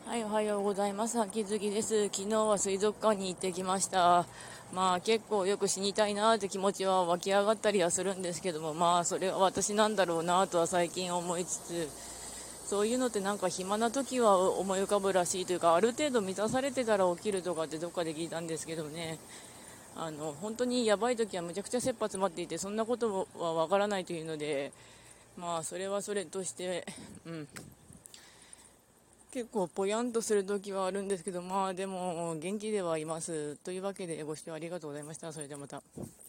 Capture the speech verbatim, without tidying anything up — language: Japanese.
はい、おはようございます。秋月です。昨日は水族館に行ってきました。まあ結構よく死にたいなーって気持ちは湧き上がったりはするんですけども、まあそれは私なんだろうなとは最近思いつつ、そういうのってなんか暇な時は思い浮かぶらしいというか、ある程度満たされてたら起きるとかってどっかで聞いたんですけどね。あの本当にやばい時はむちゃくちゃ切羽詰まっていて、そんなことはわからないというので、まあそれはそれとして、うん結構ぽやんとする時はあるんですけど、まあでも元気ではいます。というわけでご視聴ありがとうございました。それではまた。